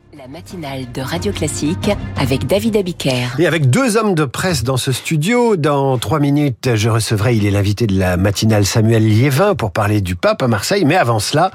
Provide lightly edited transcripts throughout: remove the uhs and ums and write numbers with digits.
La matinale de Radio Classique avec David Abiker. Et avec deux hommes de presse dans ce studio, dans 3 minutes, je recevrai, il est l'invité de la matinale, Samuel Liévin, pour parler du pape à Marseille. Mais avant cela,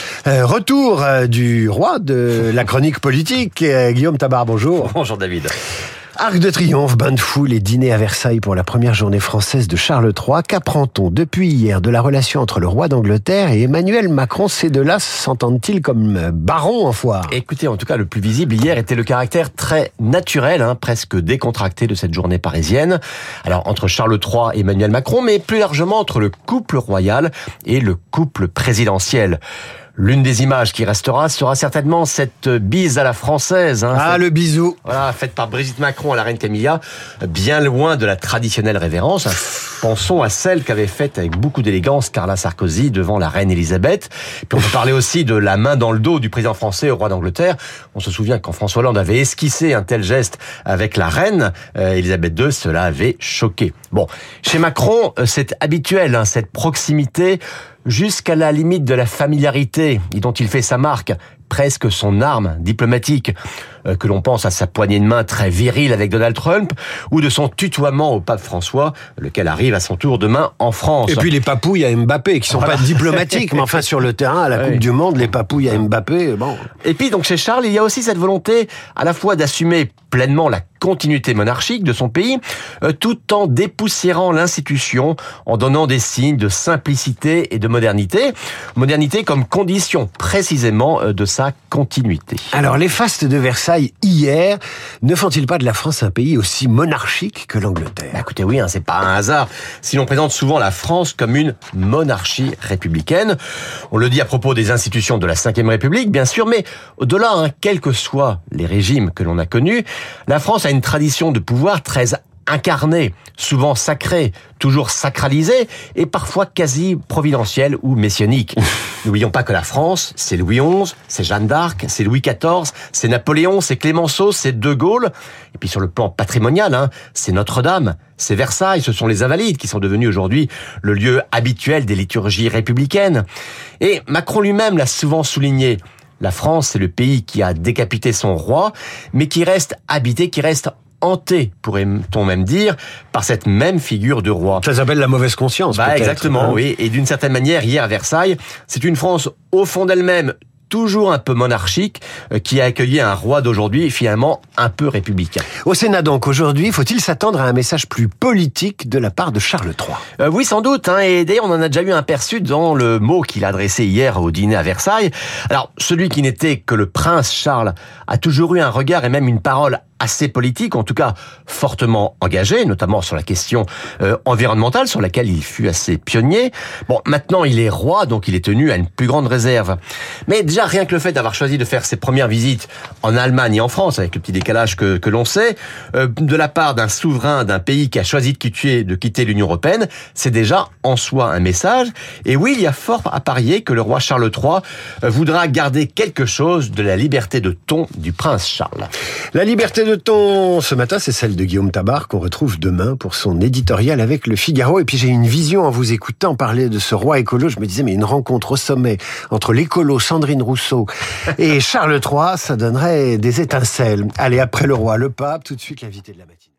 retour du roi de la chronique politique, Guillaume Tabar, bonjour. Bonjour David. Arc de triomphe, bain de foule et dîner à Versailles pour la première journée française de Charles III. Qu'apprend-on depuis hier de la relation entre le roi d'Angleterre et Emmanuel Macron? Ces deux-là s'entendent-ils comme barons en foire? Écoutez, en tout cas, le plus visible hier était le caractère très naturel, presque décontracté de cette journée parisienne. Alors, entre Charles III et Emmanuel Macron, mais plus largement entre le couple royal et le couple présidentiel. L'une des images qui restera sera certainement cette bise à la française. Le bisou. Voilà, faite par Brigitte Macron à la reine Camilla, bien loin de la traditionnelle révérence. Pensons à celle qu'avait faite avec beaucoup d'élégance Nicolas Sarkozy devant la reine Elisabeth. Puis on peut parler aussi de la main dans le dos du président français au roi d'Angleterre. On se souvient quand François Hollande avait esquissé un tel geste avec la reine Elisabeth II, cela avait choqué. Bon, chez Macron, c'est habituel, cette proximité jusqu'à la limite de la familiarité dont il fait sa marque, presque son arme diplomatique, que l'on pense à sa poignée de main très virile avec Donald Trump, ou de son tutoiement au pape François, lequel arrive à son tour demain en France. Et puis les papouilles à Mbappé, qui sont pas diplomatiques, mais enfin sur le terrain, à la Coupe du Monde, les papouilles à Mbappé, bon. Et puis donc chez Charles, il y a aussi cette volonté à la fois d'assumer pleinement la continuité monarchique de son pays, tout en dépoussiérant l'institution, en donnant des signes de simplicité et de modernité. Modernité comme condition précisément de sa continuité. Alors les fastes de Versailles hier, ne font-ils pas de la France un pays aussi monarchique que l'Angleterre? Écoutez, oui, c'est pas un hasard si l'on présente souvent la France comme une monarchie républicaine. On le dit à propos des institutions de la Ve République, bien sûr, mais au-delà, quels que soient les régimes que l'on a connus, la France a une tradition de pouvoir très incarné, souvent sacré, toujours sacralisé et parfois quasi providentiel ou messianique. N'oublions pas que la France, c'est Louis XI, c'est Jeanne d'Arc, c'est Louis XIV, c'est Napoléon, c'est Clémenceau, c'est De Gaulle. Et puis sur le plan patrimonial, c'est Notre-Dame, c'est Versailles, ce sont les Invalides qui sont devenus aujourd'hui le lieu habituel des liturgies républicaines. Et Macron lui-même l'a souvent souligné. La France, c'est le pays qui a décapité son roi, mais qui reste habité, qui reste hanté, pourrait-on même dire, par cette même figure de roi. Ça s'appelle la mauvaise conscience, peut-être. Exactement, oui. Et d'une certaine manière, hier à Versailles, c'est une France au fond d'elle-même, toujours un peu monarchique, qui a accueilli un roi d'aujourd'hui, finalement un peu républicain. Au Sénat donc, aujourd'hui, faut-il s'attendre à un message plus politique de la part de Charles III? Oui, sans doute, et d'ailleurs on en a déjà eu un aperçu dans le mot qu'il a adressé hier au dîner à Versailles. Alors, celui qui n'était que le prince Charles a toujours eu un regard et même une parole assez politique, en tout cas fortement engagé, notamment sur la question environnementale, sur laquelle il fut assez pionnier. Bon, maintenant il est roi, donc il est tenu à une plus grande réserve. Mais déjà, rien que le fait d'avoir choisi de faire ses premières visites en Allemagne et en France, avec le petit décalage que l'on sait, de la part d'un souverain d'un pays qui a choisi de quitter l'Union européenne, c'est déjà en soi un message. Et oui, il y a fort à parier que le roi Charles III voudra garder quelque chose de la liberté de ton du prince Charles. La liberté de ton, ce matin, c'est celle de Guillaume Tabar qu'on retrouve demain pour son éditorial avec Le Figaro. Et puis j'ai une vision en vous écoutant parler de ce roi écolo. Je me disais, mais une rencontre au sommet entre l'écolo Sandrine Rousseau et Charles III, ça donnerait des étincelles. Allez, après le roi, le pape, tout de suite l'invité de la matinée.